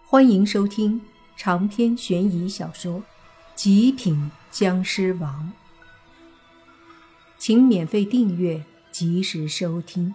欢迎收听长篇悬疑小说《极品僵尸王》，请免费订阅，及时收听。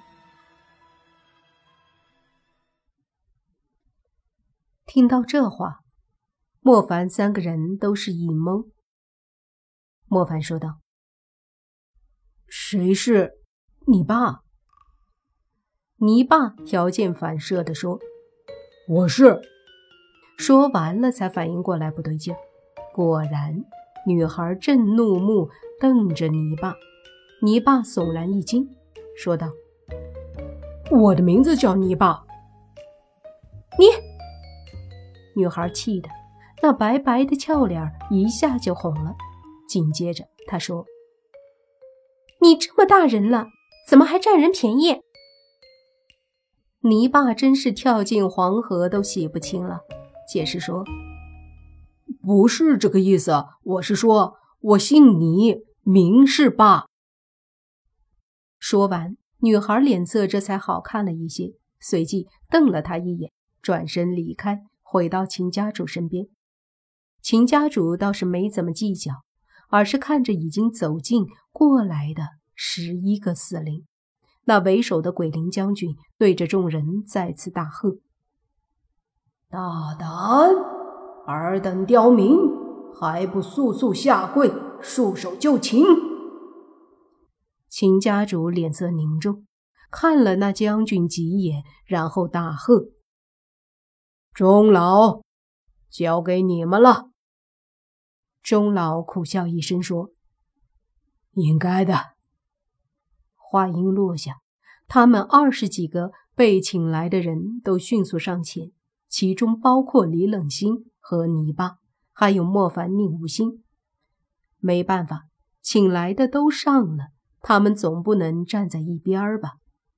听到这话，莫凡三个人都是一懵。莫凡说道：“ 谁是你爸？” 泥爸条件反射地说：“ 我是。” 说完了才反应过来不对劲儿，果然女孩正怒目瞪着泥爸。泥爸悚然一惊，说道：“ 我的名字叫泥爸。” 你！女孩气得那白白的俏脸一下就红了，紧接着她说：“你这么大人了，怎么还占人便宜？”泥爸真是跳进黄河都洗不清了，解释说：“ 不是这个意思，我是说我姓倪，名是爸。” 说完，女孩脸色这才好看了一些，随即瞪了他一眼，转身离开，回到秦家主身边。秦家主倒是没怎么计较，而是看着已经走近过来的11个死灵。那为首的鬼灵将军对着众人再次大喝：“ 大胆！尔等刁民，还不速速下跪，束手就擒！” 秦家主脸色凝重，看了那将军几眼，然后大喝：“ 钟老，交给你们了。” 钟老苦笑一声说：“ 应该的。” 话音落下，他们20几个被请来的人都迅速上前，其中包括李冷心和泥巴，还有莫凡、宁无心。没办法，请来的都上了，他们总不能站在一边吧。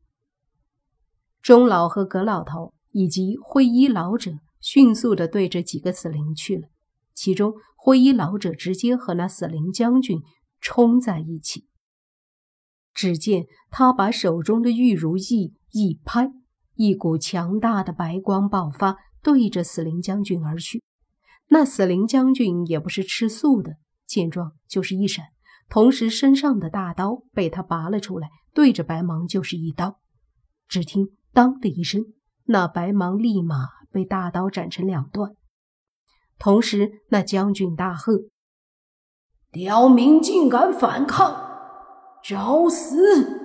钟老和葛老头以及灰衣老者迅速地对着几个死灵去了，其中灰衣老者直接和那死灵将军冲在一起。只见他把手中的玉如意一拍，一股强大的白光爆发，对着死灵将军而去。那死灵将军也不是吃素的，见状就是一闪，同时身上的大刀被他拔了出来，对着白芒就是一刀。只听当的一声，那白芒立马被大刀斩成2段。同时那将军大喝：“ 刁民竟敢反抗，找死！”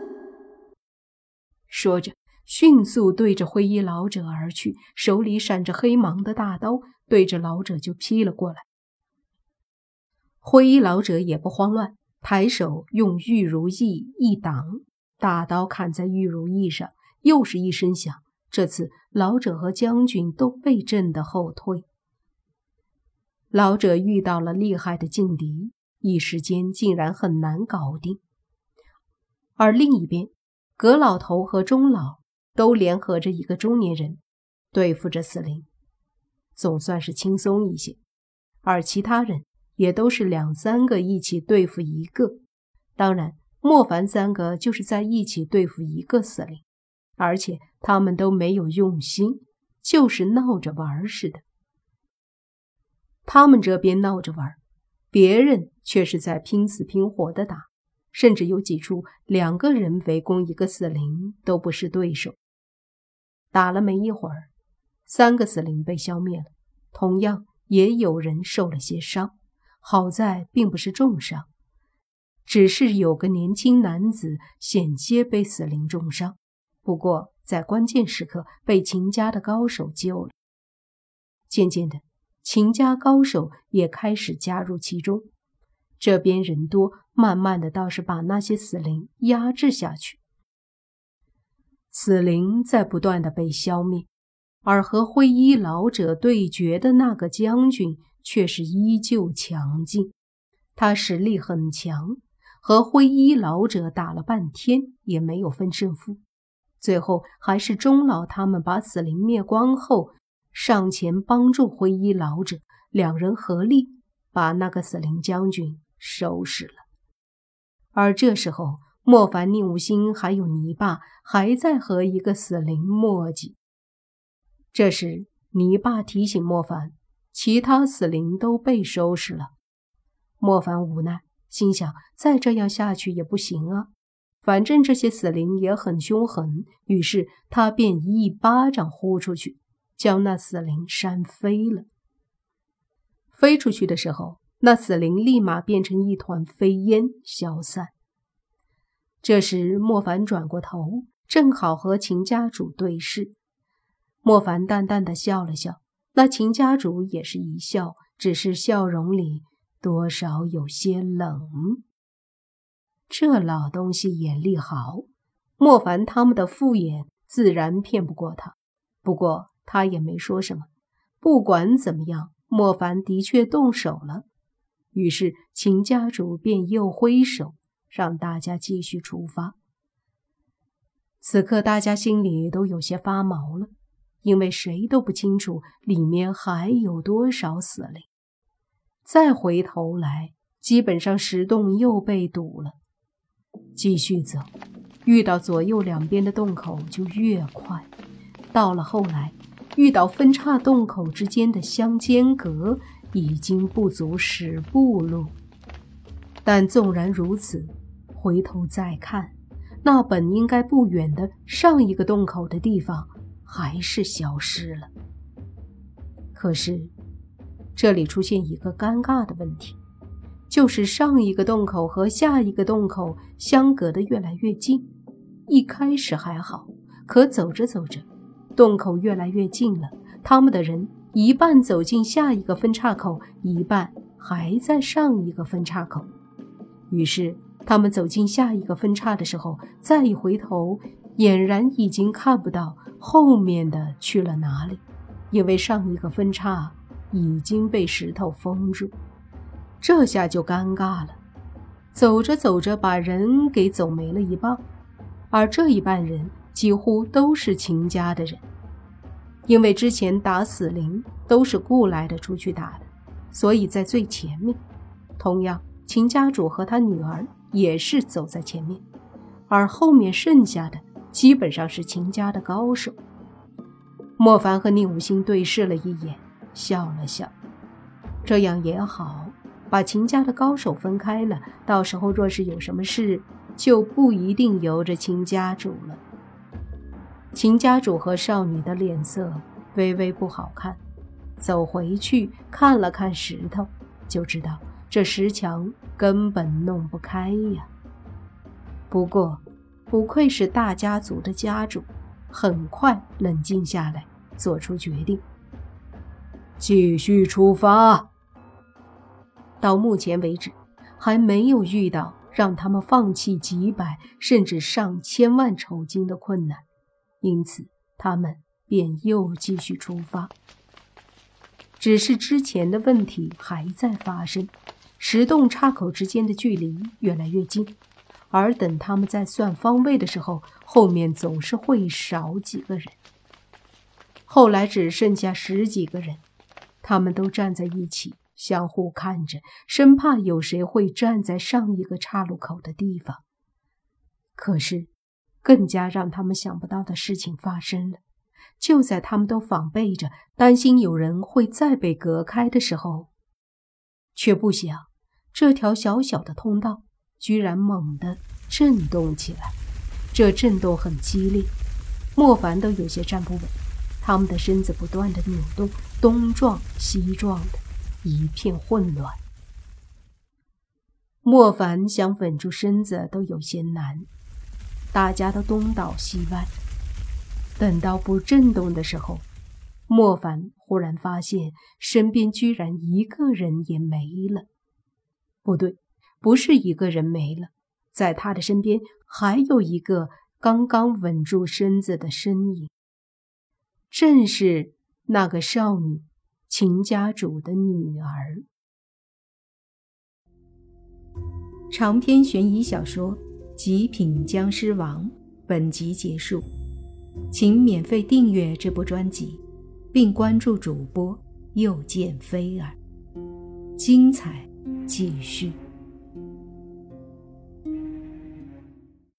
说着迅速对着灰衣老者而去，手里闪着黑芒的大刀对着老者就劈了过来。灰衣老者也不慌乱，抬手用玉如意一挡，大刀砍在玉如意上，又是一声响，这次老者和将军都被震得后退。老者遇到了厉害的劲敌，一时间竟然很难搞定。而另一边，葛老头和钟老都联合着一个中年人对付着死灵，总算是轻松一些。而其他人也都是2、3个一起对付一个，当然莫凡3个就是在一起对付一个死灵，而且他们都没有用心，就是闹着玩似的。他们这边闹着玩，别人却是在拼死拼活的打，甚至有几处2个人围攻一个死灵都不是对手。打了没一会儿，3个死灵被消灭了，同样也有人受了些伤，好在并不是重伤，只是有个年轻男子险些被死灵重伤，不过在关键时刻被秦家的高手救了。渐渐的，秦家高手也开始加入其中，这边人多，慢慢的倒是把那些死灵压制下去。死灵在不断的被消灭，而和灰衣老者对决的那个将军却是依旧强劲，他实力很强，和灰衣老者打了半天也没有分胜负。最后还是钟老他们把死灵灭光后，上前帮助灰衣老者，2人合力把那个死灵将军收拾了。而这时候莫凡、宁无心还有泥巴还在和一个死灵磨叽。这时泥巴提醒莫凡，其他死灵都被收拾了。莫凡无奈，心想再这样下去也不行啊，反正这些死灵也很凶狠，于是他便一巴掌呼出去，将那死灵扇飞了。飞出去的时候，那死灵立马变成一团飞烟消散。这时莫凡转过头，正好和秦家主对视。莫凡淡淡的笑了笑，那秦家主也是一笑，只是笑容里多少有些冷。这老东西眼力好，莫凡他们的复眼自然骗不过他。不过他也没说什么，不管怎么样，莫凡的确动手了。于是秦家主便又挥手，让大家继续出发。此刻大家心里都有些发毛了，因为谁都不清楚里面还有多少死灵。再回头来，基本上石洞又被堵了。继续走，遇到左右两边的洞口就越快。到了后来，遇到分叉洞口之间的相间隔，已经不足10步路。但纵然如此，回头再看，那本应该不远的上一个洞口的地方还是消失了。可是这里出现一个尴尬的问题，就是上一个洞口和下一个洞口相隔得越来越近。一开始还好，可走着走着，洞口越来越近了，他们的人一半走进下一个分岔口，一半还在上一个分岔口。于是他们走进下一个分岔的时候，再一回头，俨然已经看不到后面的去了哪里，因为上一个分岔已经被石头封住。这下就尴尬了，走着走着把人给走没了一半，而这一半人几乎都是秦家的人。因为之前打死灵都是雇来的出去打的，所以在最前面。同样，秦家主和他女儿也是走在前面，而后面剩下的基本上是秦家的高手。莫凡和宁武星对视了一眼，笑了笑。这样也好，把秦家的高手分开了，到时候若是有什么事，就不一定由着秦家主了。秦家主和少女的脸色微微不好看，走回去看了看石头，就知道这石墙根本弄不开呀。不过不愧是大家族的家主，很快冷静下来，做出决定，继续出发。到目前为止，还没有遇到让他们放弃几百甚至上千万筹金的困难，因此他们便又继续出发。只是之前的问题还在发生，石洞岔口之间的距离越来越近，而等他们在算方位的时候，后面总是会少几个人。后来只剩下10几个人，他们都站在一起，相互看着，生怕有谁会站在上一个岔路口的地方。可是更加让他们想不到的事情发生了，就在他们都防备着，担心有人会再被隔开的时候，却不想这条小小的通道居然猛地震动起来。这震动很激烈，莫凡都有些站不稳，他们的身子不断的扭动，东撞西撞的，一片混乱。莫凡想稳住身子都有些难，大家都东倒西歪。等到不震动的时候，莫凡忽然发现身边居然一个人也没了。不对，不是一个人没了，在他的身边还有一个刚刚稳住身子的身影，正是那个少女，秦家主的女儿。长篇悬疑小说《极品僵尸王》本集结束，请免费订阅这部专辑，并关注主播又见菲儿，精彩继续。